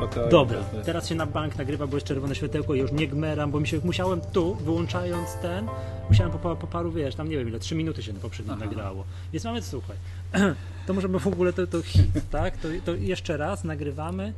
spokojnie. Dobra, teraz się na bank nagrywa, bo jest czerwone światełko i już nie gmeram, bo musiałem tu, wyłączając musiałem po paru, wiesz, tam nie wiem ile, 3 minuty się poprzednio nagrało. Więc mamy, słuchaj, to możemy w ogóle to hit, tak? To jeszcze raz nagrywamy.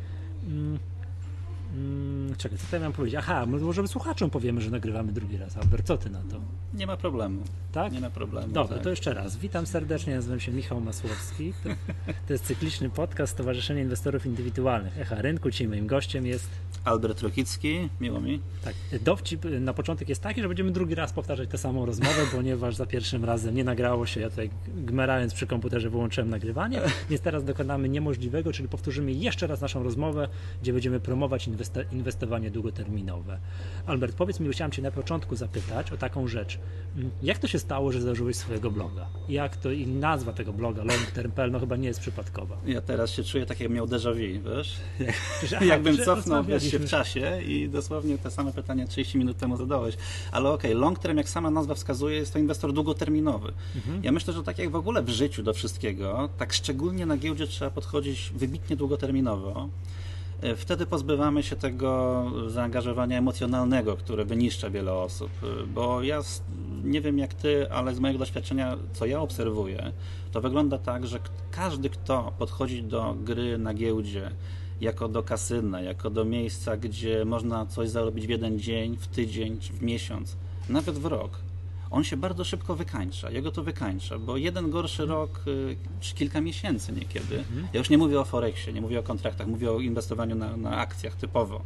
Czekaj, co tutaj miałem powiedzieć? Aha, może słuchaczom powiemy, że nagrywamy drugi raz. Albert, co ty na to? Nie ma problemu. Tak? Nie ma problemu. Dobra, tak. to jeszcze raz. Witam serdecznie, nazywam się Michał Masłowski. To jest cykliczny podcast Stowarzyszenia Inwestorów Indywidualnych Echa Rynku. Dzisiaj moim gościem jest Albert Rokicki, miło mi. Tak, dowcip na początek jest taki, że będziemy drugi raz powtarzać tę samą rozmowę, ponieważ za pierwszym razem nie nagrało się, ja tutaj gmerając przy komputerze wyłączyłem nagrywanie, więc teraz dokonamy niemożliwego, czyli powtórzymy jeszcze raz naszą rozmowę, gdzie będziemy promować inwestowanie długoterminowe. Albert, powiedz mi, chciałem Cię na początku zapytać o taką rzecz. Jak to się stało, że założyłeś swojego bloga? Jak to i nazwa tego bloga, longterm.pl, no chyba nie jest przypadkowa. Ja teraz się czuję tak, jak miał déjà vu, wiesz? Jakbym cofnął się w czasie i dosłownie te same pytania 30 minut temu zadałeś. Ale okej, long term, jak sama nazwa wskazuje, jest to inwestor długoterminowy. Ja myślę, że tak jak w ogóle w życiu do wszystkiego, tak szczególnie na giełdzie trzeba podchodzić wybitnie długoterminowo. Wtedy pozbywamy się tego zaangażowania emocjonalnego, które wyniszcza wiele osób. Bo ja nie wiem jak ty, ale z mojego doświadczenia, co ja obserwuję, to wygląda tak, że każdy, kto podchodzi do gry na giełdzie jako do kasyna, jako do miejsca, gdzie można coś zarobić w jeden dzień, w tydzień, czy w miesiąc, nawet w rok, on się bardzo szybko wykańcza. Jego to wykańcza, bo jeden gorszy rok, czy kilka miesięcy niekiedy, ja już nie mówię o Forexie, nie mówię o kontraktach, mówię o inwestowaniu na akcjach typowo.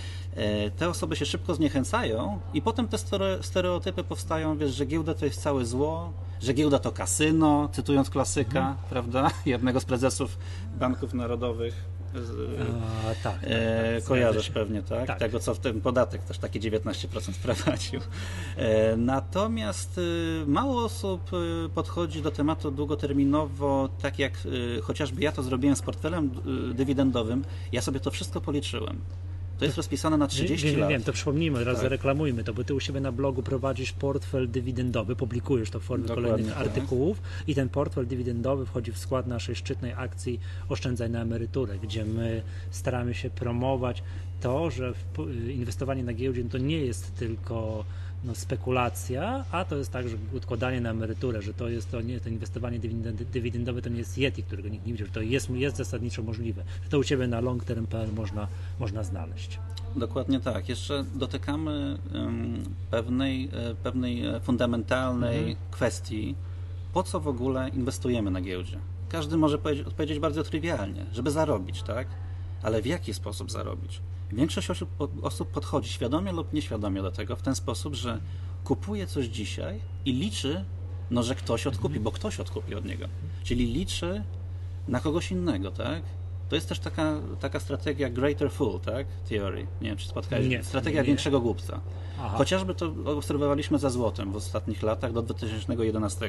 Te osoby się szybko zniechęcają i potem te stereotypy powstają, wiesz, że giełda to jest całe zło, że giełda to kasyno, cytując klasyka, prawda, jednego z prezesów banków narodowych. Tak, kojarzysz pewnie, tak? Tak? Tego, co w ten podatek też taki 19% wprowadził. Natomiast mało osób podchodzi do tematu długoterminowo, tak jak chociażby ja to zrobiłem z portfelem dywidendowym. Ja sobie to wszystko policzyłem. To jest rozpisane na 30 lat. Wiem, to przypomnijmy, raz zareklamujmy to, bo ty u siebie na blogu prowadzisz portfel dywidendowy, publikujesz to w formie kolejnych artykułów i ten portfel dywidendowy wchodzi w skład naszej szczytnej akcji Oszczędzaj na emeryturę, gdzie my staramy się promować to, że inwestowanie na giełdzie to nie jest tylko spekulacja, a to jest także odkładanie na emeryturę, że to jest to inwestowanie dywidendowe to nie jest Yeti, którego nikt nie widział, że to jest zasadniczo możliwe. Że to u Ciebie na longterm.pl można znaleźć. Dokładnie tak. Jeszcze dotykamy pewnej fundamentalnej kwestii, po co w ogóle inwestujemy na giełdzie. Każdy może odpowiedzieć bardzo trywialnie, żeby zarobić, tak? Ale w jaki sposób zarobić? Większość osób podchodzi świadomie lub nieświadomie do tego w ten sposób, że kupuje coś dzisiaj i liczy, że ktoś odkupi, bo ktoś odkupi od niego. Czyli liczy na kogoś innego, tak? To jest też taka strategia greater fool, tak? Theory. Nie wiem, czy spotkałeś się. Strategia większego głupca. Aha. Chociażby to obserwowaliśmy za złotem w ostatnich latach do 2011.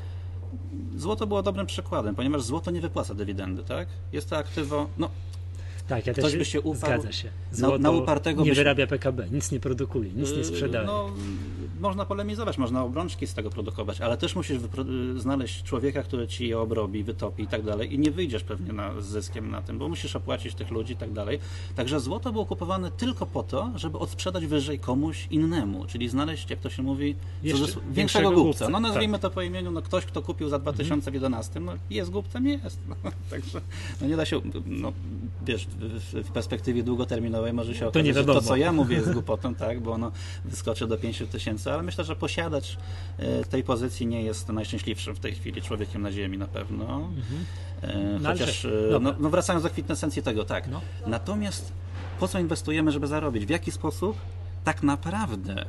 Złoto było dobrym przykładem, ponieważ złoto nie wypłaca dywidendy, tak? Jest to aktywo, tak, ja ktoś też by się uparł, zgadza się. Złoto na upartego nie wyrabia PKB, nic nie produkuje, nic nie sprzedaje. Można polemizować, można obrączki z tego produkować, ale też musisz znaleźć człowieka, który ci je obrobi, wytopi i tak dalej i nie wyjdziesz pewnie z zyskiem na tym, bo musisz opłacić tych ludzi i tak dalej. Także złoto było kupowane tylko po to, żeby odsprzedać wyżej komuś innemu, czyli znaleźć, jak to się mówi, większego głupca. Nazwijmy to po imieniu, ktoś, kto kupił za 2011, jest głupcem, jest. Także nie da się, wiesz, w perspektywie długoterminowej może się okazać, że to, co ja mówię, jest głupotą, tak, bo ono wyskoczy do 5000, ale myślę, że posiadacz tej pozycji nie jest najszczęśliwszym w tej chwili człowiekiem na ziemi na pewno. Chociaż, wracając do kwintesencji tego, tak. Natomiast po co inwestujemy, żeby zarobić? W jaki sposób tak naprawdę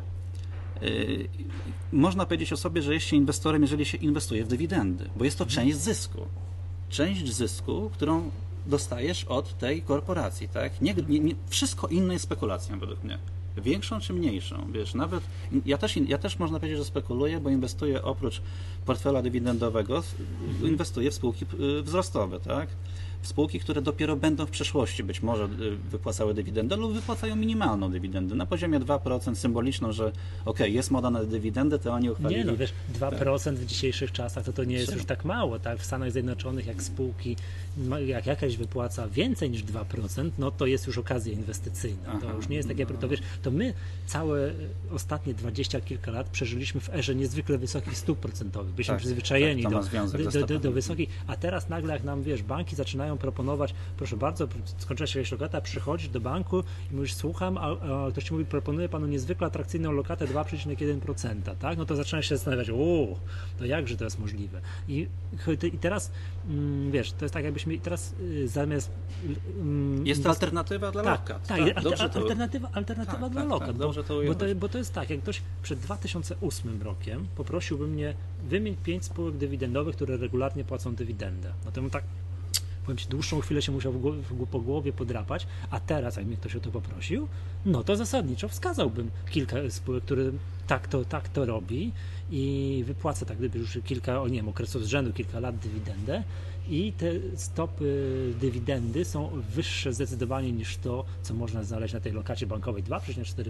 można powiedzieć o sobie, że jest się inwestorem, jeżeli się inwestuje w dywidendy, bo jest to część zysku. Część zysku, którą dostajesz od tej korporacji, tak? Nie, wszystko inne jest spekulacją według mnie. Większą czy mniejszą, wiesz, nawet ja też można powiedzieć, że spekuluję, bo inwestuję oprócz portfela dywidendowego, inwestuję w spółki wzrostowe, tak? w spółki, które dopiero będą w przyszłości być może wypłacały dywidendę lub wypłacają minimalną dywidendę na poziomie 2%, symboliczną, że jest moda na dywidendę, to oni uchwalili. Nie, no wiesz, 2% w dzisiejszych czasach to nie jest już tak mało, tak? W Stanach Zjednoczonych jak spółki, jak jakaś wypłaca więcej niż 2%, no to jest już okazja inwestycyjna. To już nie jest takie, to wiesz, to my całe ostatnie 20 kilka lat przeżyliśmy w erze niezwykle wysokich stóp procentowych. Byliśmy przyzwyczajeni do wysokich, a teraz nagle jak nam, wiesz, banki zaczynają proponować, proszę bardzo, skończyła się jakaś lokata, przychodzisz do banku i mówisz, słucham, a ktoś ci mówi, proponuje panu niezwykle atrakcyjną lokatę 2,1%, tak? No to zaczynasz się zastanawiać, to jakże to jest możliwe? I teraz, wiesz, to jest tak, jakbyśmy teraz zamiast... Jest to alternatywa dla lokat. Tak, alternatywa dla lokat, bo to jest tak, jak ktoś przed 2008 rokiem poprosiłby mnie, wymień 5 spółek dywidendowych, które regularnie płacą dywidendę. No to bym tak, powiem ci, dłuższą chwilę się musiał po głowie podrapać, a teraz, jak mnie ktoś o to poprosił, no to zasadniczo wskazałbym kilka spółek, które tak to robi i wypłaca tak gdyby już okresów z rzędu, kilka lat dywidendę i te stopy dywidendy są wyższe zdecydowanie niż to, co można znaleźć na tej lokacie bankowej, 2,4%.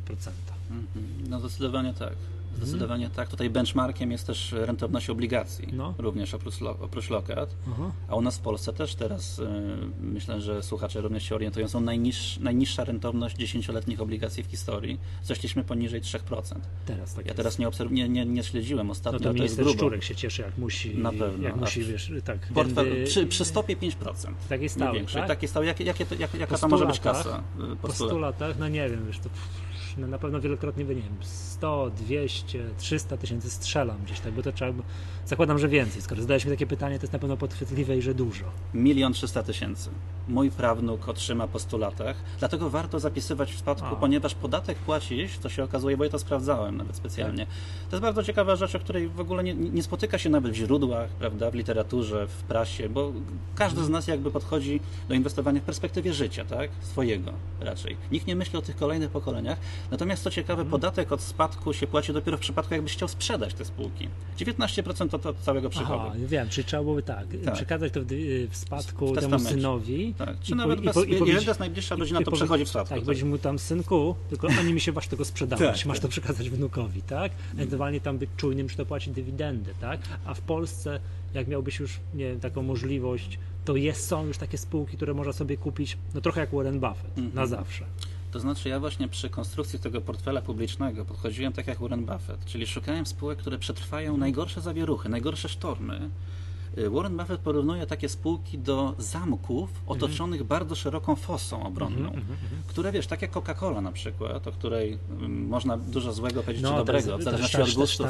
No zdecydowanie tak. Zdecydowanie tak. Tutaj benchmarkiem jest też rentowność obligacji, również oprócz lokat. A u nas w Polsce też teraz, myślę, że słuchacze również się orientują, są najniższa rentowność 10-letnich obligacji w historii. Zeszliśmy poniżej 3%. Teraz tak ja teraz nie śledziłem ostatnio, no to jest grubo. Szczurek się cieszy, jak musi. Na pewno. Jak musi, wiesz, tak. Portfel, przy stopie 5%. Takie stałe, tak? Takie stałe. Jaka to może być kasa? Po 100 latach, no nie wiem, wiesz, to na pewno wielokrotnie, nie wiem, 100, 200, 300 tysięcy strzelam gdzieś tak, bo to trzeba, zakładam, że więcej. Skoro zadałeś mi takie pytanie, to jest na pewno podchwytliwe i że dużo. 1 300 000. Mój prawnuk otrzyma po 100 latach, dlatego warto zapisywać w spadku, ponieważ podatek płacisz, to się okazuje, bo ja to sprawdzałem nawet specjalnie. To jest bardzo ciekawa rzecz, o której w ogóle nie spotyka się nawet w źródłach, prawda, w literaturze, w prasie, bo każdy z nas jakby podchodzi do inwestowania w perspektywie życia, tak? Swojego raczej. Nikt nie myśli o tych kolejnych pokoleniach. Natomiast co ciekawe, podatek od spadku się płaci dopiero w przypadku, jakbyś chciał sprzedać te spółki. 19% to całego przychodu. Wiem, czyli trzeba byłoby przekazać to w spadku temu synowi. Tak. Czy nawet jedna z najbliższa rodzina to przechodzi w spadku. Tak, powiedzieć mu tam, synku, tylko ani mi się masz tego sprzedawać, masz to przekazać wnukowi, tak? Ewentualnie tam być czujnym, czy to płaci dywidendy, tak? A w Polsce, jak miałbyś już, nie wiem, taką możliwość, to są już takie spółki, które można sobie kupić, no trochę jak Warren Buffett, na zawsze. To znaczy ja właśnie przy konstrukcji tego portfela publicznego podchodziłem tak jak Warren Buffett, czyli szukałem spółek, które przetrwają najgorsze zawieruchy, najgorsze sztormy. Warren Buffett porównuje takie spółki do zamków otoczonych bardzo szeroką fosą obronną, które, wiesz, tak jak Coca-Cola na przykład, o której można dużo złego powiedzieć, czy dobrego, w zależności od gustów.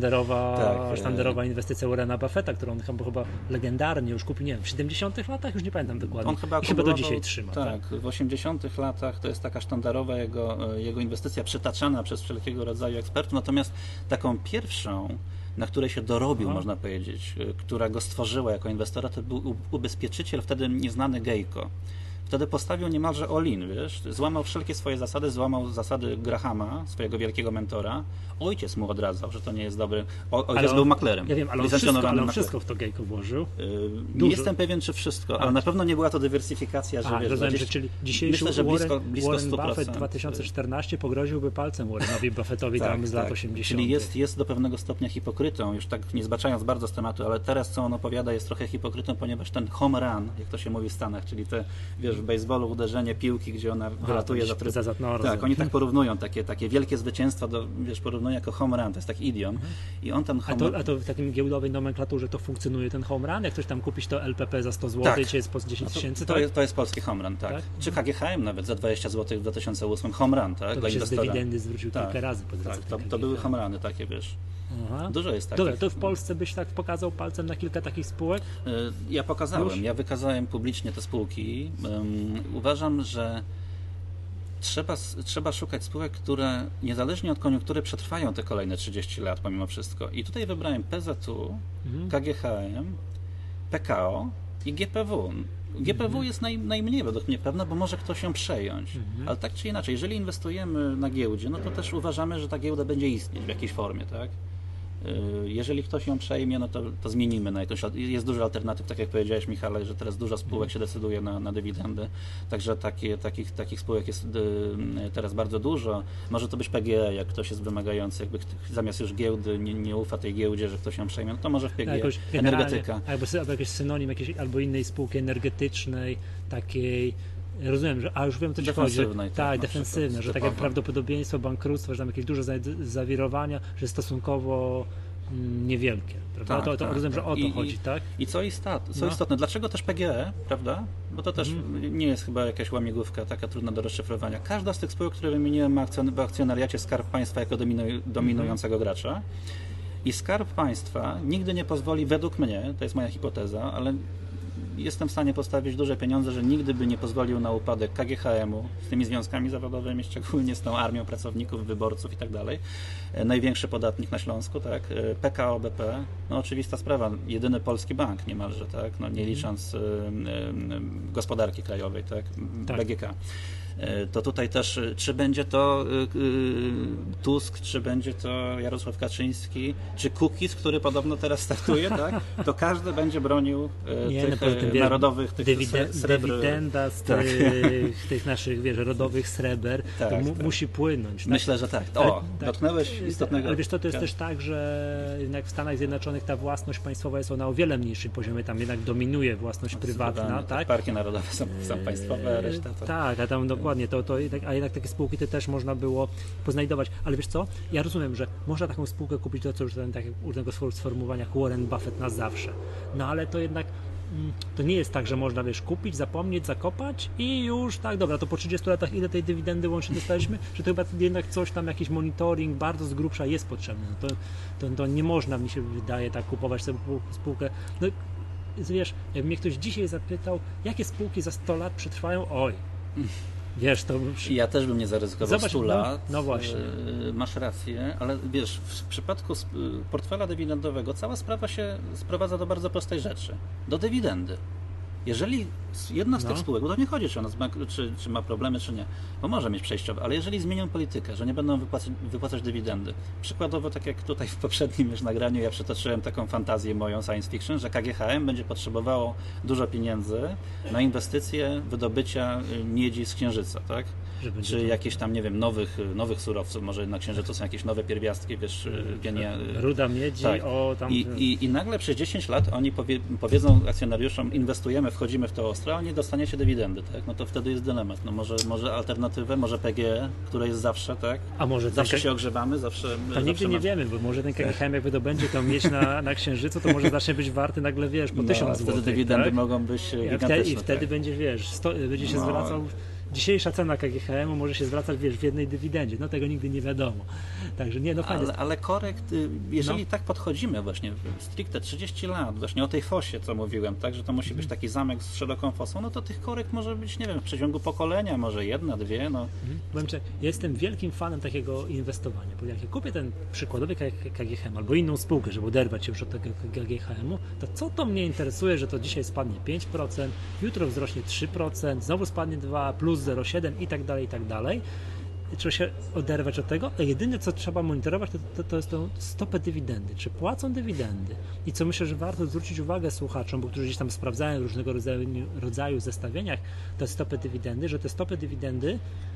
Sztandarowa inwestycja Warrena Buffetta, którą on chyba legendarnie już kupił, nie wiem, w 70 latach, już nie pamiętam dokładnie. On chyba do dzisiaj trzyma. Tak, w 80 latach to jest taka sztandarowa jego inwestycja przytaczana przez wszelkiego rodzaju ekspertów, natomiast taką pierwszą, na której się dorobił, można powiedzieć, która go stworzyła jako inwestora, to był ubezpieczyciel, wtedy nieznany Geico. Wtedy postawił niemalże all-in, wiesz, złamał wszelkie swoje zasady, złamał zasady Grahama, swojego wielkiego mentora. Ojciec mu odradzał, że to nie jest dobry. Ojciec był maklerem. Ja wiem, ale on wszystko w to Geico włożył. Nie jestem pewien, czy wszystko, ale na pewno nie była to dywersyfikacja, że wiesz, rozumiem, czyli dzisiejszy myślę, że blisko Warren 100%. Buffett 2014 pogroziłby palcem Warrenowi Buffettowi tam z lat 80. Czyli jest do pewnego stopnia hipokrytą, już tak nie zbaczając bardzo z tematu, ale teraz co on opowiada jest trochę hipokrytą, ponieważ ten home run, jak to się mówi w Stanach, czyli te, wiesz, w baseballu uderzenie piłki, gdzie ona wylatuje za tryb. Tak, oni tak porównują takie wielkie zwycięstwa, porównują jako home run, to jest taki idiom. I on ten a to w takim giełdowej nomenklaturze to funkcjonuje ten home run? Jak ktoś tam kupić to LPP za 100 zł, czy jest po 10 tysięcy? To jest polski home run, tak. Czy KGHM nawet za 20 zł w 2008 home run, tak? To się z dywidendy zwrócił kilka razy. To były home runy takie, wiesz. Dużo jest takich. Dobra, to w Polsce byś tak pokazał palcem na kilka takich spółek? Ja pokazałem, ja wykazałem publicznie te spółki. Uważam, że trzeba szukać spółek, które niezależnie od koniunktury przetrwają te kolejne 30 lat pomimo wszystko. I tutaj wybrałem PZU, KGHM, PKO i GPW. GPW jest najmniej według mnie pewna, bo może ktoś ją przejąć. Ale tak czy inaczej, jeżeli inwestujemy na giełdzie, no to też uważamy, że ta giełda będzie istnieć w jakiejś formie, tak? Jeżeli ktoś ją przejmie, no to zmienimy na jakąś. Jest dużo alternatyw, tak jak powiedziałeś, Michale, że teraz dużo spółek się decyduje na dywidendy, także takich spółek jest teraz bardzo dużo. Może to być PGE, jak ktoś jest wymagający, jakby zamiast już giełdy nie ufa tej giełdzie, że ktoś ją przejmie, no to może w PGE, energetyka. Albo jakiś synonim albo innej spółki energetycznej, takiej. Rozumiem, że już wiem, co ci chodzi. Tak, defensywne, że takie prawdopodobieństwo bankructwa, że tam jakieś duże zawirowania, że stosunkowo niewielkie. Prawda? To rozumiem, że o to chodzi, tak? I co istotne, dlaczego też PGE, prawda? Bo to też nie jest chyba jakaś łamigłówka taka trudna do rozszyfrowania. Każda z tych spółek, które wymieniłem, ma w akcjonariacie Skarb Państwa jako dominującego gracza. I Skarb Państwa nigdy nie pozwoli, według mnie, to jest moja hipoteza, ale jestem w stanie postawić duże pieniądze, że nigdy by nie pozwolił na upadek KGHM-u z tymi związkami zawodowymi, szczególnie z tą armią pracowników, wyborców i tak dalej. Największy podatnik na Śląsku, tak? PKO BP, no oczywista sprawa, jedyny polski bank niemalże, tak? No, nie licząc gospodarki krajowej, tak? BGK. To tutaj też, czy będzie to Tusk, czy będzie to Jarosław Kaczyński, czy Kukiz, który podobno teraz startuje, tak? To każdy będzie bronił tych narodowych srebr. Dywidenda z tych naszych, rodowych sreber, to musi płynąć. Tak? Myślę, że tak. Dotknąłeś istotnego. Ale wiesz, to jest też tak, że jednak w Stanach Zjednoczonych ta własność państwowa jest ona o wiele mniejszym poziomie, tam jednak dominuje własność prywatna. Tak? Parki narodowe są państwowe, a reszta to... Tak, a tam dokładnie, a jednak takie spółki to też można było poznajdować. Ale wiesz co, ja rozumiem, że można taką spółkę kupić, to co już tak jak różnego sformułowania Warren Buffett na zawsze. No ale to jednak to nie jest tak, że można, kupić, zapomnieć, zakopać i już, tak, dobra, to po 30 latach ile tej dywidendy łącznie dostaliśmy, że to chyba jednak coś tam, jakiś monitoring bardzo z grubsza jest potrzebny. To nie można, mi się wydaje, tak kupować sobie spółkę. No, wiesz, jakby mnie ktoś dzisiaj zapytał, jakie spółki za 100 lat przetrwają, wiesz, to... Ja też bym nie zaryzykował 100 lat. No właśnie. Masz rację, ale wiesz, w przypadku portfela dywidendowego cała sprawa się sprowadza do bardzo prostej rzeczy. Do dywidendy. Jeżeli jedna z tych spółek, bo to nie chodzi, czy ona czy ma problemy, czy nie, bo może mieć przejściowe, ale jeżeli zmienią politykę, że nie będą wypłacać dywidendy, przykładowo tak jak tutaj w poprzednim już nagraniu ja przytoczyłem taką fantazję moją science fiction, że KGHM będzie potrzebowało dużo pieniędzy na inwestycje wydobycia miedzi z Księżyca, tak? Czy jakieś tam, nie wiem, nowych surowców, może na Księżycu są jakieś nowe pierwiastki, wiesz, ruda miedzi, tak. I nagle przez 10 lat oni powiedzą akcjonariuszom, inwestujemy, wchodzimy w to ostro, a nie dostaniecie dywidendy, tak? No to wtedy jest dylemat. No może alternatywę, może PGE, które jest zawsze, tak? A może zawsze się ogrzewamy, zawsze... To nigdy nie wiemy, bo może ten KGHM jak wydobędzie tą miedź na Księżycu, to może zacznie być warty nagle, po 1000 zł. Wtedy dywidendy mogą być gigantyczne. I wtedy będzie, będzie się zwracał... Dzisiejsza cena KGHM-u może się zwracać, w jednej dywidendzie. No tego nigdy nie wiadomo. Także nie, fajnie. Ale korekt, jeżeli tak podchodzimy właśnie, stricte 30 lat, właśnie o tej fosie, co mówiłem, tak, że to musi być taki zamek z szeroką fosą, no to tych korekt może być, nie wiem, w przeciągu pokolenia, może 1, 2, no. Powiem ci, ja jestem wielkim fanem takiego inwestowania, bo jak ja kupię ten przykładowy KGHM albo inną spółkę, żeby oderwać się już od tego KGHM-u, to co to mnie interesuje, że to dzisiaj spadnie 5%, jutro wzrośnie 3%, znowu spadnie 2%, plus 0,7 i tak dalej. Trzeba się oderwać od tego, a jedyne co trzeba monitorować to jest tą stopę dywidendy, czy płacą dywidendy. I co myślę, że warto zwrócić uwagę słuchaczom, bo którzy gdzieś tam sprawdzają w różnego rodzaju zestawieniach te stopy dywidendy, że te stopy dywidendy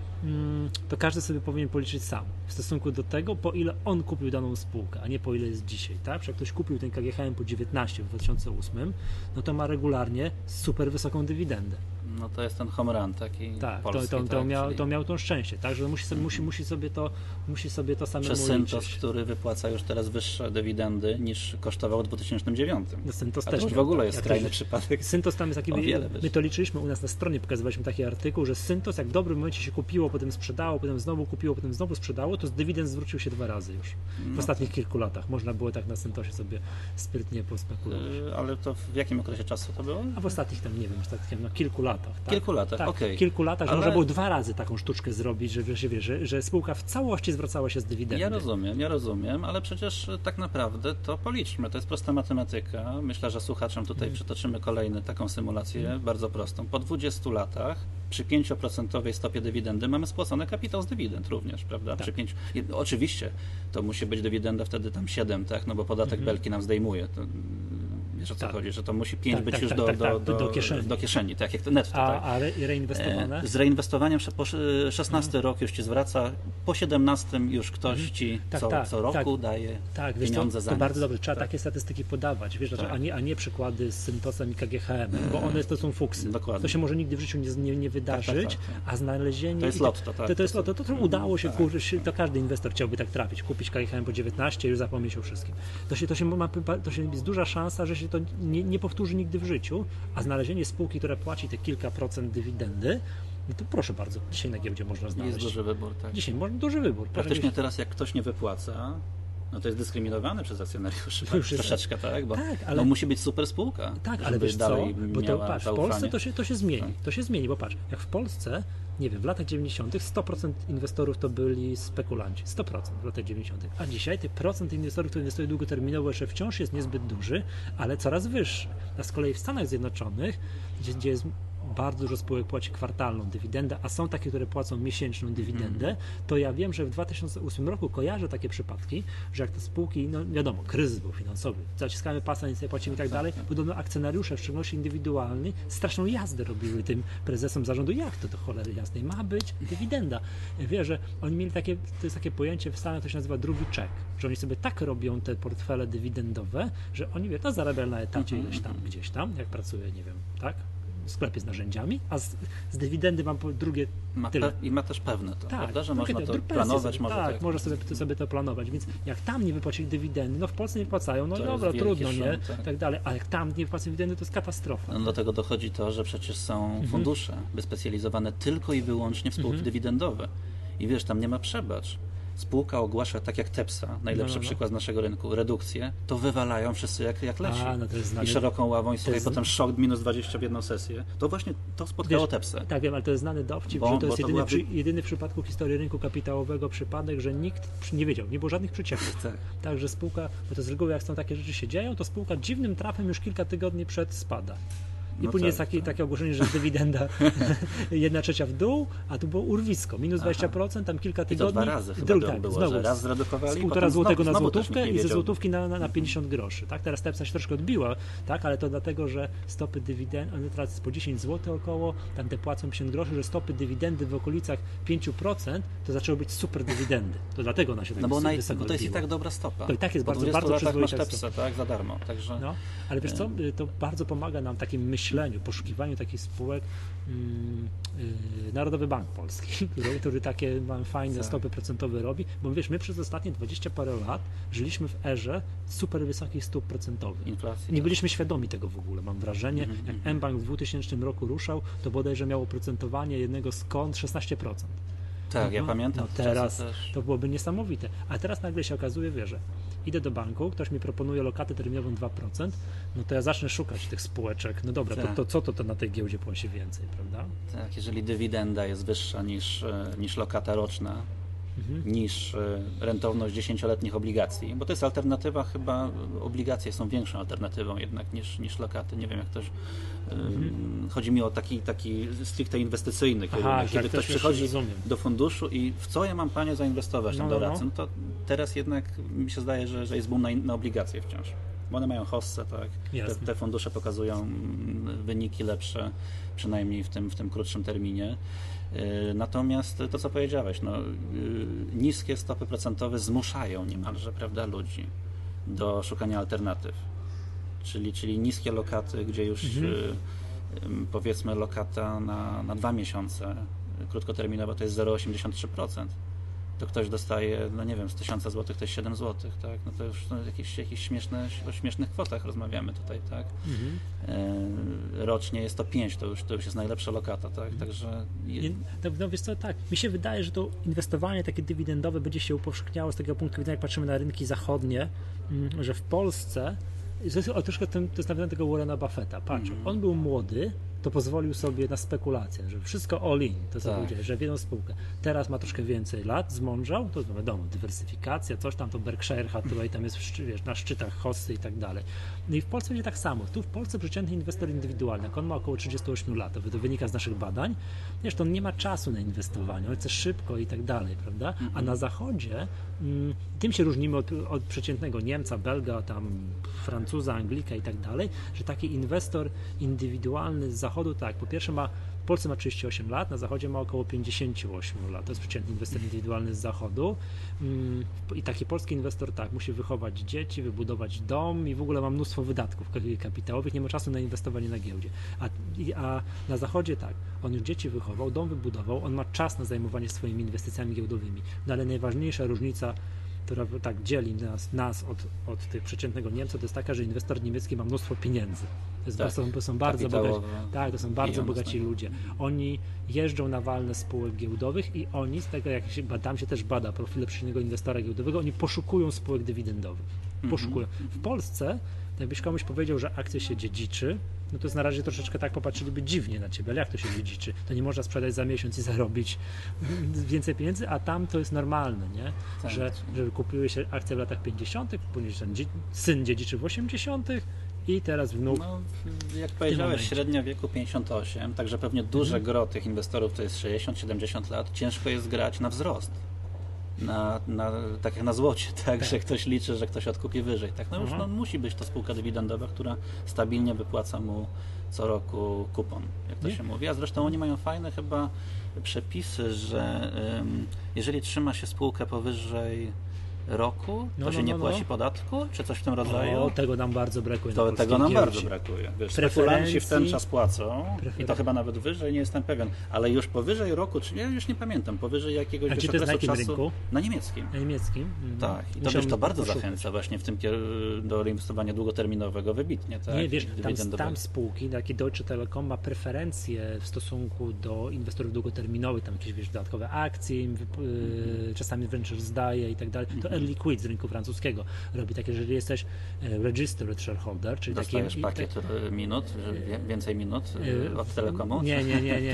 to każdy sobie powinien policzyć sam w stosunku do tego, po ile on kupił daną spółkę, a nie po ile jest dzisiaj. Tak? Jak ktoś kupił ten KGHM po 19 w 2008, no to ma regularnie super wysoką dywidendę. No to jest ten home run taki polski. To miał to szczęście, tak, że musi sobie to samemu liczyć. Syntos, który wypłaca już teraz wyższe dywidendy niż kosztował w 2009. No Syntos a też to już w ogóle jest skrajny przypadek. Syntos tam jest taki, my to liczyliśmy u nas na stronie, pokazywaliśmy taki artykuł, że Syntos jak w dobrym momencie się kupiło, potem sprzedało, potem znowu kupiło, potem znowu sprzedało, to z dywidend zwrócił się 2 razy już w ostatnich kilku latach. Można było tak na Syntosie sobie sprytnie pospekulować. Ale to w jakim okresie czasu to było? A w ostatnich tam, nie wiem, kilku latach. latach. Tak? Kilku latach, tak, okej. W kilku latach, że Ale... można było 2 razy taką sztuczkę zrobić, że spółka w całości zwracała się z dywidendy. Ja rozumiem, ale przecież tak naprawdę to policzmy. To jest prosta matematyka. Myślę, że słuchaczom tutaj przytoczymy kolejną taką symulację, bardzo prostą. Po 20 latach przy 5% stopie dywidendy mamy spłacony kapitał z dywidend również, prawda? Tak. Przy 5... Oczywiście to musi być dywidenda wtedy tam 7, tak? No bo podatek belki nam zdejmuje. To... Wiesz o co chodzi, że to musi 5 być już do kieszeni, tak jak to netto. A reinwestowane? Z reinwestowaniem po 16 rok już ci zwraca, po 17 już ktoś ci co roku daje pieniądze za to nic. bardzo dobrze, trzeba takie statystyki podawać, wiesz, a nie przykłady z Syntosem i KGHM, bo one to są fuksy. Dokładnie. To się może nigdy w życiu nie wydarzyć, a znalezienie... To jest lotto, tak. To jest lotto, to udało się, to każdy inwestor chciałby tak trafić, kupić KGHM po 19 i już zapomnieć o wszystkim. To jest duża szansa, że się to nie powtórzy nigdy w życiu, a znalezienie spółki, która płaci te kilka procent dywidendy, no to proszę bardzo, dzisiaj na giełdzie można znaleźć. Jest duży wybór, tak. Dzisiaj można duży wybór. Praktycznie teraz jak ktoś nie wypłaca, no to jest dyskryminowany przez akcjonariuszy, troszeczkę, tak? Bo ale musi być super spółka. Tak, ale wiesz co, bo to patrz, w Polsce to się zmieni, bo patrz, jak w Polsce, nie wiem, w latach 90. 100% inwestorów to byli spekulanci, 100% w latach 90. A dzisiaj tych procent inwestorów, którzy inwestują długoterminowo, jeszcze wciąż jest niezbyt duży, ale coraz wyższy. A z kolei w Stanach Zjednoczonych, gdzie jest bardzo dużo spółek płaci kwartalną dywidendę, a są takie, które płacą miesięczną dywidendę, to ja wiem, że w 2008 roku kojarzę takie przypadki, że jak te spółki, no wiadomo, kryzys był finansowy, zaciskamy pasa, nic nie płacimy i tak dalej, podobno akcjonariusze, w szczególności indywidualni, straszną jazdę robiły tym prezesom zarządu, jak to do cholery jasnej ma być dywidenda. Wiesz, że oni mieli takie, to jest takie pojęcie w Stanach, to się nazywa drugi czek, że oni sobie tak robią te portfele dywidendowe, że oni, wie, to zarabia na etacie ileś tam, gdzieś tam, jak pracuje, nie wiem, tak? W sklepie z narzędziami, a z dywidendy mam drugie tyle. I ma też pewne to, tak, prawda, że można to planować. Może sobie to planować, więc jak tam nie wypłacili dywidendy, no w Polsce nie wpłacają, no dobra, trudno, szum, nie, tak dalej, ale jak tam nie wypłacają dywidendy, to jest katastrofa. No do tego dochodzi to, że przecież są fundusze wyspecjalizowane tylko i wyłącznie w spółki dywidendowe i wiesz, tam nie ma przebacz. Spółka ogłasza, tak jak Tepsa, najlepszy przykład z naszego rynku, redukcję, to wywalają wszyscy jak leci. I szeroką ławą i słuchaj, potem szok minus 20 w jedną sesję. To właśnie to spotkało Tepsę. Tak wiem, ale to jest znany dowcip, że to jest jedyny w przypadku historii rynku kapitałowego przypadek, że nikt nie wiedział, nie było żadnych przecieków. Także spółka, bo to z reguły jak są takie rzeczy się dzieją, to spółka dziwnym trafem już kilka tygodni przed spada. I później jest takie ogłoszenie, że dywidenda 1/3 w dół, a tu było urwisko, minus 20%, tam kilka tygodni. I to 2 razy chyba było, że raz zredukowali, z 1,5 złotego na złotówkę i ze złotówki na 50 groszy. Tak? Teraz Tepsa się troszkę odbiła, tak? Ale to dlatego, że stopy dywidendy, one teraz po 10 zł około, tam te płacą 50 groszy, że stopy dywidendy w okolicach 5% to zaczęły być super dywidendy. To dlatego ona się tak bo to jest i tak dobra stopa. To i tak jest bardzo przyzwoita Tepsa, tak? Za darmo. Także... No, ale wiesz co, to bardzo pomaga nam takim myśleniu, poszukiwaniu takich spółek Narodowy Bank Polski, który takie fajne stopy procentowe robi, bo wiesz, my przez ostatnie 20 parę lat żyliśmy w erze super wysokich stóp procentowych. Inflacji, nie byliśmy świadomi tego w ogóle, mam wrażenie. Jak mBank w 2000 roku ruszał, to bodajże miało procentowanie jednego z kont 16%. Tak, ja pamiętam. No teraz to byłoby niesamowite. A teraz nagle się okazuje, że idę do banku, ktoś mi proponuje lokatę terminową 2%, no to ja zacznę szukać tych spółeczek. No dobra, to co to na tej giełdzie płaci więcej, prawda? Tak, jeżeli dywidenda jest wyższa niż lokata roczna, niż rentowność 10-letnich obligacji, bo to jest alternatywa, chyba obligacje są większą alternatywą jednak niż lokaty. Nie wiem, jak ktoś... Chodzi mi o taki stricte inwestycyjny kierunek, kiedy ktoś przychodzi do funduszu i w co ja mam, panie, zainwestować tam doradcę, no to teraz jednak mi się zdaje, że jest boom na obligacje wciąż. Bo one mają hossę, tak? Te fundusze pokazują wyniki lepsze, przynajmniej w tym krótszym terminie. Natomiast to, co powiedziałeś, niskie stopy procentowe zmuszają niemalże, prawda, ludzi do szukania alternatyw. Czyli niskie lokaty, gdzie już powiedzmy lokata na 2 miesiące krótkoterminowa to jest 0,83%. To ktoś dostaje, no nie wiem, z 1000 zł to jest 7 zł, tak? No to już jakieś o śmiesznych kwotach rozmawiamy tutaj, tak? Rocznie jest to 5, to już jest najlepsza lokata, tak? Także... No wiesz co, tak, mi się wydaje, że to inwestowanie takie dywidendowe będzie się upowszechniało z takiego punktu widzenia, jak patrzymy na rynki zachodnie, że w Polsce, to jest nawiązane tego Warrena Buffetta, patrz, on był młody, to pozwolił sobie na spekulację, że wszystko all in, to co powiedziałeś, że w jedną spółkę. Teraz ma troszkę więcej lat, zmądrzał, to wiadomo, dywersyfikacja, coś tam, to Berkshire Hathaway tam jest na szczytach hossy i tak dalej. No i w Polsce będzie tak samo. Tu w Polsce przeciętny inwestor indywidualny, jak on ma około 38 lat, to wynika z naszych badań, wiesz, to on nie ma czasu na inwestowanie, on chce szybko i tak dalej, prawda? A na zachodzie tym się różnimy od przeciętnego Niemca, Belga, tam Francuza, Anglika i tak dalej, że taki inwestor indywidualny z zachodu, tak, po pierwsze w Polsce ma 38 lat, na zachodzie ma około 58 lat, to jest przeciętny inwestor indywidualny z zachodu i taki polski inwestor tak, musi wychować dzieci, wybudować dom i w ogóle ma mnóstwo wydatków kapitałowych, nie ma czasu na inwestowanie na giełdzie, a na zachodzie tak, on już dzieci wychował, dom wybudował, on ma czas na zajmowanie swoimi inwestycjami giełdowymi, no ale najważniejsza różnica, która tak dzieli nas od tych przeciętnego Niemca, to jest taka, że inwestor niemiecki ma mnóstwo pieniędzy. To są bardzo bogaci, to są bardzo bogaci ludzie. Oni jeżdżą na walne spółek giełdowych i oni, z tego jak tam się też bada profile przeciętnego inwestora giełdowego, oni poszukują spółek dywidendowych. Poszukują. W Polsce, jakbyś komuś powiedział, że akcje się dziedziczy, no to jest na razie troszeczkę tak popatrzyliby dziwnie na ciebie, ale jak to się dziedziczy? To nie można sprzedać za miesiąc i zarobić więcej pieniędzy, a tam to jest normalne, nie? Tak. Że kupiły się akcje w latach 50., później syn dziedziczy w 80. i teraz wnuk. No, jak powiedziałeś, średnia wieku 58, także pewnie duże gro tych inwestorów to jest 60-70 lat. Ciężko jest grać na wzrost. Tak jak na złocie, tak, że ktoś liczy, że ktoś odkupi wyżej. Tak, no już musi być to spółka dywidendowa, która stabilnie wypłaca mu co roku kupon, jak to się mówi. A zresztą oni mają fajne chyba przepisy, że jeżeli trzyma się spółkę powyżej roku, to się nie płaci podatku, czy coś w tym rodzaju? O, tego nam bardzo brakuje. Tego nam bardzo brakuje. Wiesz, spekulanci w ten czas płacą i to chyba nawet wyżej, nie jestem pewien, ale już powyżej roku, czy ja już nie pamiętam, powyżej jakiegoś okresu czasu. Rynku? Na niemieckim. Na niemieckim? Tak. I to bardzo zachęca właśnie w tym do inwestowania długoterminowego wybitnie. Tak? Nie, wiesz, tam spółki, taki Deutsche Telekom ma preferencje w stosunku do inwestorów długoterminowych, tam jakieś dodatkowe akcje, czasami wręcz rozdaje i tak dalej. To Early Quit z rynku francuskiego robi takie, że jeżeli jesteś registered shareholder, czyli dostajesz pakiet minut, więcej minut od Telekomu? Nie,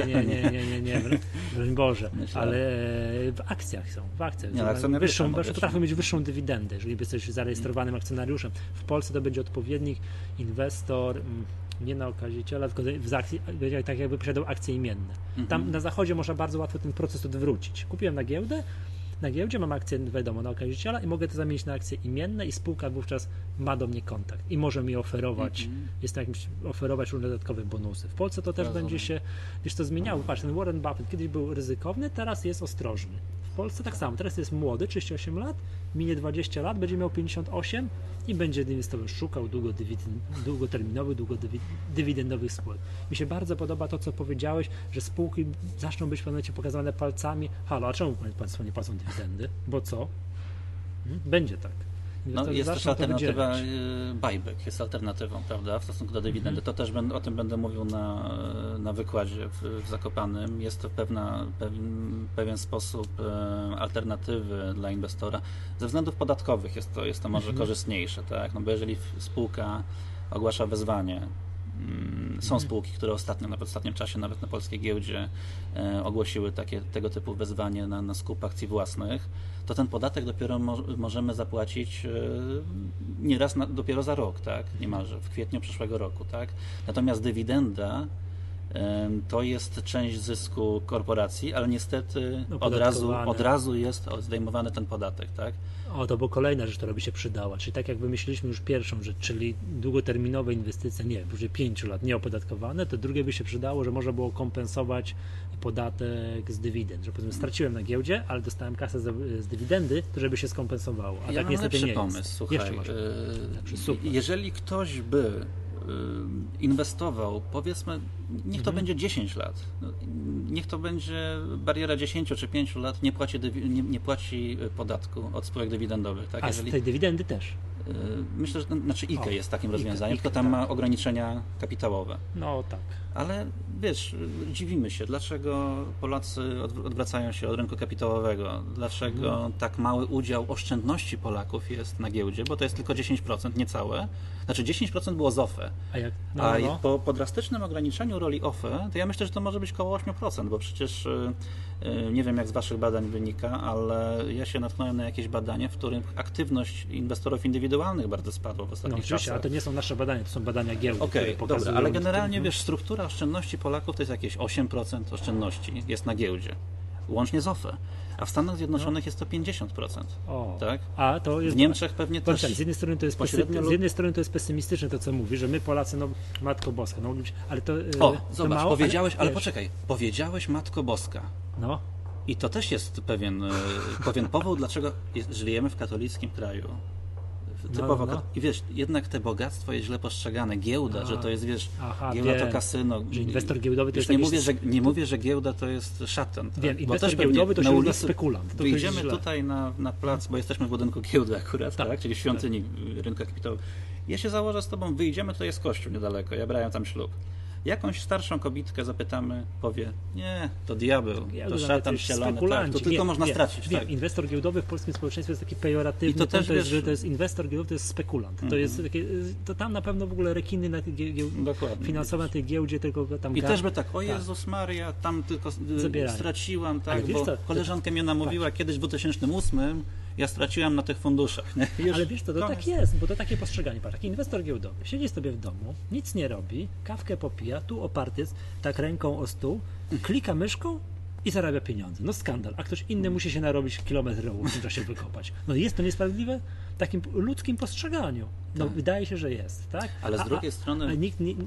broń Boże, ale w akcjach są, potrafią mieć wyższą dywidendę, jeżeli jesteś zarejestrowanym akcjonariuszem. W Polsce to będzie odpowiednik inwestor, nie na okaziciela, tylko w akcji, tak jakby posiadał akcje imienne. Tam na zachodzie można bardzo łatwo ten proces odwrócić. Kupiłem na giełdzie mam akcję, wiadomo, na okaziciela i mogę to zamienić na akcje imienne i spółka wówczas ma do mnie kontakt i może mi oferować, oferować różne dodatkowe bonusy. W Polsce to też będzie się, to zmieniało. Patrz, ten Warren Buffett kiedyś był ryzykowny, teraz jest ostrożny. W Polsce tak samo, teraz jest młody, 38 lat, minie 20 lat, będzie miał 58 i będzie inwestował, szukał długoterminowych, długodywidendowych spółek. Mi się bardzo podoba to, co powiedziałeś, że spółki zaczną być w pewnym momencie pokazywane palcami. Halo, a czemu Państwo nie płacą dywidendy? Bo co? Będzie tak. No, jest też alternatywa, buyback jest alternatywą, prawda, w stosunku do dywidendy. To też o tym będę mówił na wykładzie w Zakopanem. Jest to pewien sposób alternatywy dla inwestora. Ze względów podatkowych jest to może korzystniejsze, tak? No bo jeżeli spółka ogłasza wezwanie, są spółki, które nawet w ostatnim czasie, nawet na polskiej giełdzie ogłosiły tego typu wezwanie na skup akcji własnych, to ten podatek dopiero możemy zapłacić nieraz dopiero za rok, tak? Niemalże w kwietniu przyszłego roku, tak? Natomiast dywidenda to jest część zysku korporacji, ale niestety od razu jest zdejmowany ten podatek, tak? To była kolejna rzecz, która by się przydała. Czyli tak jak wymyśliliśmy już pierwszą rzecz, czyli długoterminowe inwestycje, powyżej 5 lat nieopodatkowane, to drugie by się przydało, że można było kompensować podatek z dywidend. Że powiedzmy straciłem na giełdzie, ale dostałem kasę z dywidendy, to żeby się skompensowało. A tak niestety nie pomysł, jest. Słuchaj, jeżeli ktoś by inwestował, powiedzmy, niech to będzie 10 lat, niech to będzie bariera 10 czy 5 lat, nie płaci podatku od spółek dywidendowych. Tak? Z tej dywidendy też? Myślę, że IKE jest takim rozwiązaniem, tylko tam ma ograniczenia kapitałowe. No tak. Ale wiesz, dziwimy się, dlaczego Polacy odwracają się od rynku kapitałowego, dlaczego tak mały udział oszczędności Polaków jest na giełdzie, bo to jest tylko 10%, niecałe. Znaczy 10% było z OFE, po drastycznym ograniczeniu roli OFE, to ja myślę, że to może być około 8%, bo przecież nie wiem jak z Waszych badań wynika, ale ja się natknąłem na jakieś badanie, w którym aktywność inwestorów indywidualnych bardzo spadła w ostatnich czasach. Ale to nie są nasze badania, to są badania giełdy, które pokazują. Dobra, ale generalnie wiesz, struktura oszczędności Polaków to jest jakieś 8% oszczędności jest na giełdzie, łącznie z OFE. A w Stanach Zjednoczonych jest to 50%. Tak? A to jest, w Niemczech pewnie też. Z jednej strony to jest pesymistyczne to, co mówi, że my Polacy, Matko Boska, ale to. Zobacz, mało, powiedziałeś, ale poczekaj, powiedziałeś Matko Boska. I to też jest pewien powód, dlaczego żyjemy w katolickim kraju. Typowo. I wiesz, jednak te bogactwo jest źle postrzegane. Giełda, że to jest, giełda to kasyno. Że inwestor giełdowy to jest nie mówię, że giełda to jest szatan. Wiem, tak? Inwestor giełdowy to się spekulant. Wyjdziemy tutaj na plac, bo jesteśmy w budynku giełdy akurat, tak? Czyli świątyni rynku kapitałowego. Ja się założę z tobą, wyjdziemy, to jest kościół niedaleko, ja brałem tam ślub. Jakąś starszą kobietkę zapytamy, powie, nie, to diabeł, to szatan wcielony, tak, to tylko można stracić. Tak. Inwestor giełdowy w polskim społeczeństwie jest taki pejoratywny, to też wiesz, że to jest inwestor giełdowy, to jest spekulant. To jest takie, to tam na pewno w ogóle rekiny na finansowe na tej giełdzie, tylko tam... I też by tak, o Jezus Maria, tam tylko straciłam, tak, bo koleżanka mnie namówiła kiedyś w 2008, ja straciłam na tych funduszach. Nie? Ale wiesz co, to tak jest, bo to takie postrzeganie. Taki inwestor giełdowy siedzi sobie w domu, nic nie robi, kawkę popija, tu oparty jest tak ręką o stół, klika myszką i zarabia pieniądze. Skandal. A ktoś inny musi się narobić kilometr rowu w tym czasie wykopać. Jest to niesprawiedliwe w takim ludzkim postrzeganiu. Wydaje się, że jest, tak? Ale z drugiej strony... to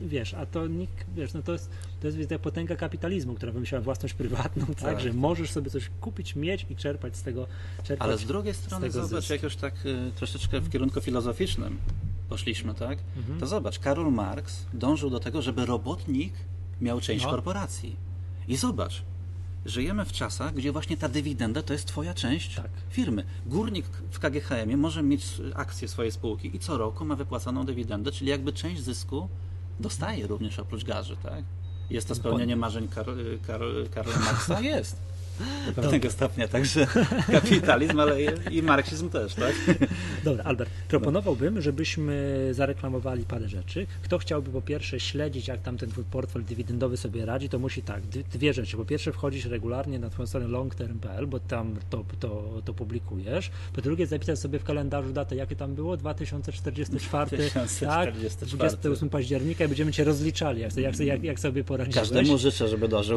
jest ta potęga kapitalizmu, która wymyśliła własność prywatną, tak? Że możesz sobie coś kupić, mieć i czerpać z tego. Ale z drugiej strony zobacz, jak już tak troszeczkę w kierunku filozoficznym poszliśmy, tak? To zobacz, Karol Marx dążył do tego, żeby robotnik miał część korporacji. I zobacz, żyjemy w czasach, gdzie właśnie ta dywidenda to jest twoja część firmy. Górnik w KGHM-ie może mieć akcje swojej spółki i co roku ma wypłacaną dywidendę, czyli jakby część zysku dostaje również oprócz garzy, tak? Jest to spełnienie marzeń Karla Marxa? Jest. Do pewnego stopnia, także kapitalizm, ale i marksizm też, tak? Dobra, Albert, proponowałbym, żebyśmy zareklamowali parę rzeczy. Kto chciałby po pierwsze śledzić, jak tam ten twój portfel dywidendowy sobie radzi, to musi dwie rzeczy. Po pierwsze wchodzić regularnie na twoją stronę longterm.pl, bo tam to publikujesz. Po drugie zapisać sobie w kalendarzu datę, jakie tam było? 2044, 28 października i będziemy cię rozliczali, jak sobie poradziłeś. Każdemu życzę, żeby dożył.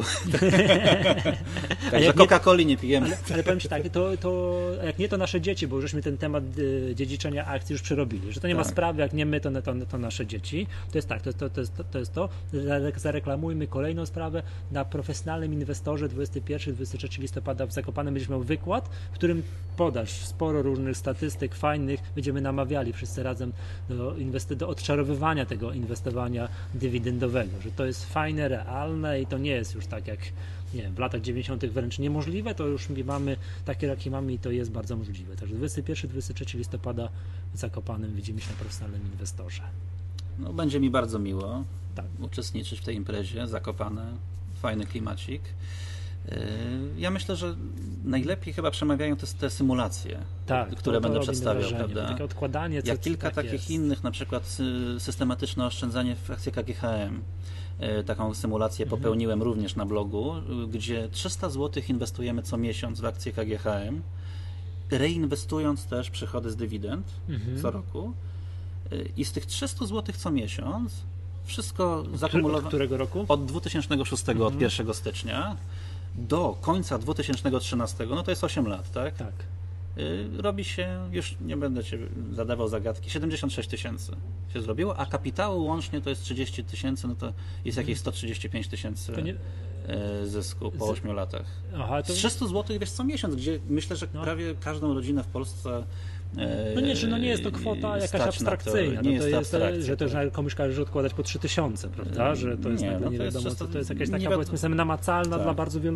Że Coca-Coli nie pijemy. Ale powiem Ci tak, to jak nie to nasze dzieci, bo żeśmy ten temat dziedziczenia akcji już przerobili, że to nie ma sprawy, jak nie my, to nasze dzieci. To jest tak, to jest to. Zareklamujmy kolejną sprawę. Na profesjonalnym inwestorze 21-23 listopada w Zakopanem będziesz miał wykład, w którym podasz sporo różnych statystyk fajnych, będziemy namawiali wszyscy razem do odczarowywania tego inwestowania dywidendowego, że to jest fajne, realne i to nie jest już tak jak w latach 90. wręcz niemożliwe, to już mamy takie, jakie mamy i to jest bardzo możliwe. Także 21-23 listopada w Zakopanem widzimy się na profesjonalnym inwestorze. Będzie mi bardzo miło uczestniczyć w tej imprezie. Zakopane, fajny klimacik. Ja myślę, że najlepiej chyba przemawiają te symulacje, które będę przedstawiał, prawda? Takie odkładanie. Jak kilka takich innych, na przykład systematyczne oszczędzanie w akcjach KGHM. Taką symulację popełniłem również na blogu, gdzie 300 zł inwestujemy co miesiąc w akcje KGHM, reinwestując też przychody z dywidend co roku i z tych 300 zł co miesiąc wszystko zakumulowane. Od którego roku? Od 2006, od 1 stycznia do końca 2013, to jest 8 lat, tak? Tak. Robi się, już nie będę Cię zadawał zagadki, 76 000 się zrobiło, a kapitału łącznie to jest 30 000, to jest jakieś 135 000 zysku po 8 latach. Z 300 zł wiesz co miesiąc, gdzie myślę, że prawie każdą rodzinę w Polsce nie jest to kwota jakaś abstrakcyjna. Że komuś każe odkładać po 3000, prawda? Że to jest nie wiadomo, to jest jakaś taka powiedzmy namacalna dla bardzo wielu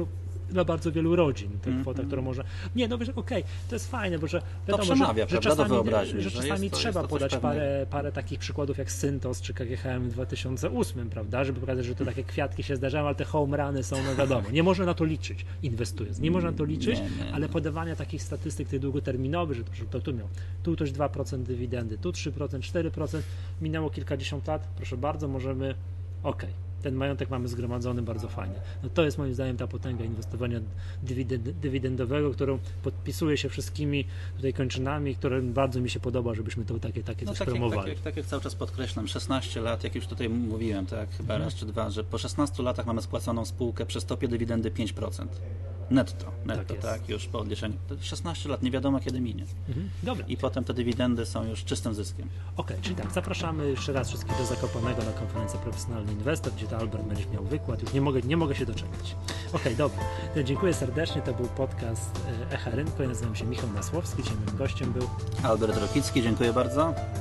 dla bardzo wielu rodzin. To kwota, którą może... Nie, no wiesz, okej, to jest fajne, bo że wiadomo, to przemawia, że czasami, do wyobraźni, że czasami trzeba podać parę takich przykładów jak Syntos czy KGHM w 2008, prawda, żeby pokazać, że to takie kwiatki się zdarzają, ale te home runy są, no wiadomo, nie można na to liczyć, inwestując. Nie można na to liczyć, ale podawania takich statystyk tych długoterminowych, że to tu miał, tu też 2% dywidendy, tu 3%, 4%, minęło kilkadziesiąt lat, proszę bardzo, możemy, ten majątek mamy zgromadzony bardzo fajnie. No to jest moim zdaniem ta potęga inwestowania dywidendowego, którą podpisuje się wszystkimi tutaj kończynami, które bardzo mi się podoba, żebyśmy to takie coś promowali. Tak jak cały czas podkreślam, 16 lat, jak już tutaj mówiłem, tak, chyba raz czy dwa, że po 16 latach mamy spłaconą spółkę przy stopie dywidendy 5%. Netto, tak, już po odliczeniu. 16 lat, nie wiadomo kiedy minie. Dobra. I potem te dywidendy są już czystym zyskiem. Czyli tak, zapraszamy jeszcze raz wszystkich do Zakopanego na konferencję Profesjonalny Inwestor, gdzie to Albert będzie miał wykład. Już nie mogę się doczekać. Dobra. Dziękuję serdecznie, to był podcast Echa Rynku. Ja nazywam się Michał Masłowski, dzisiaj moim gościem był Albert Rokicki, dziękuję bardzo.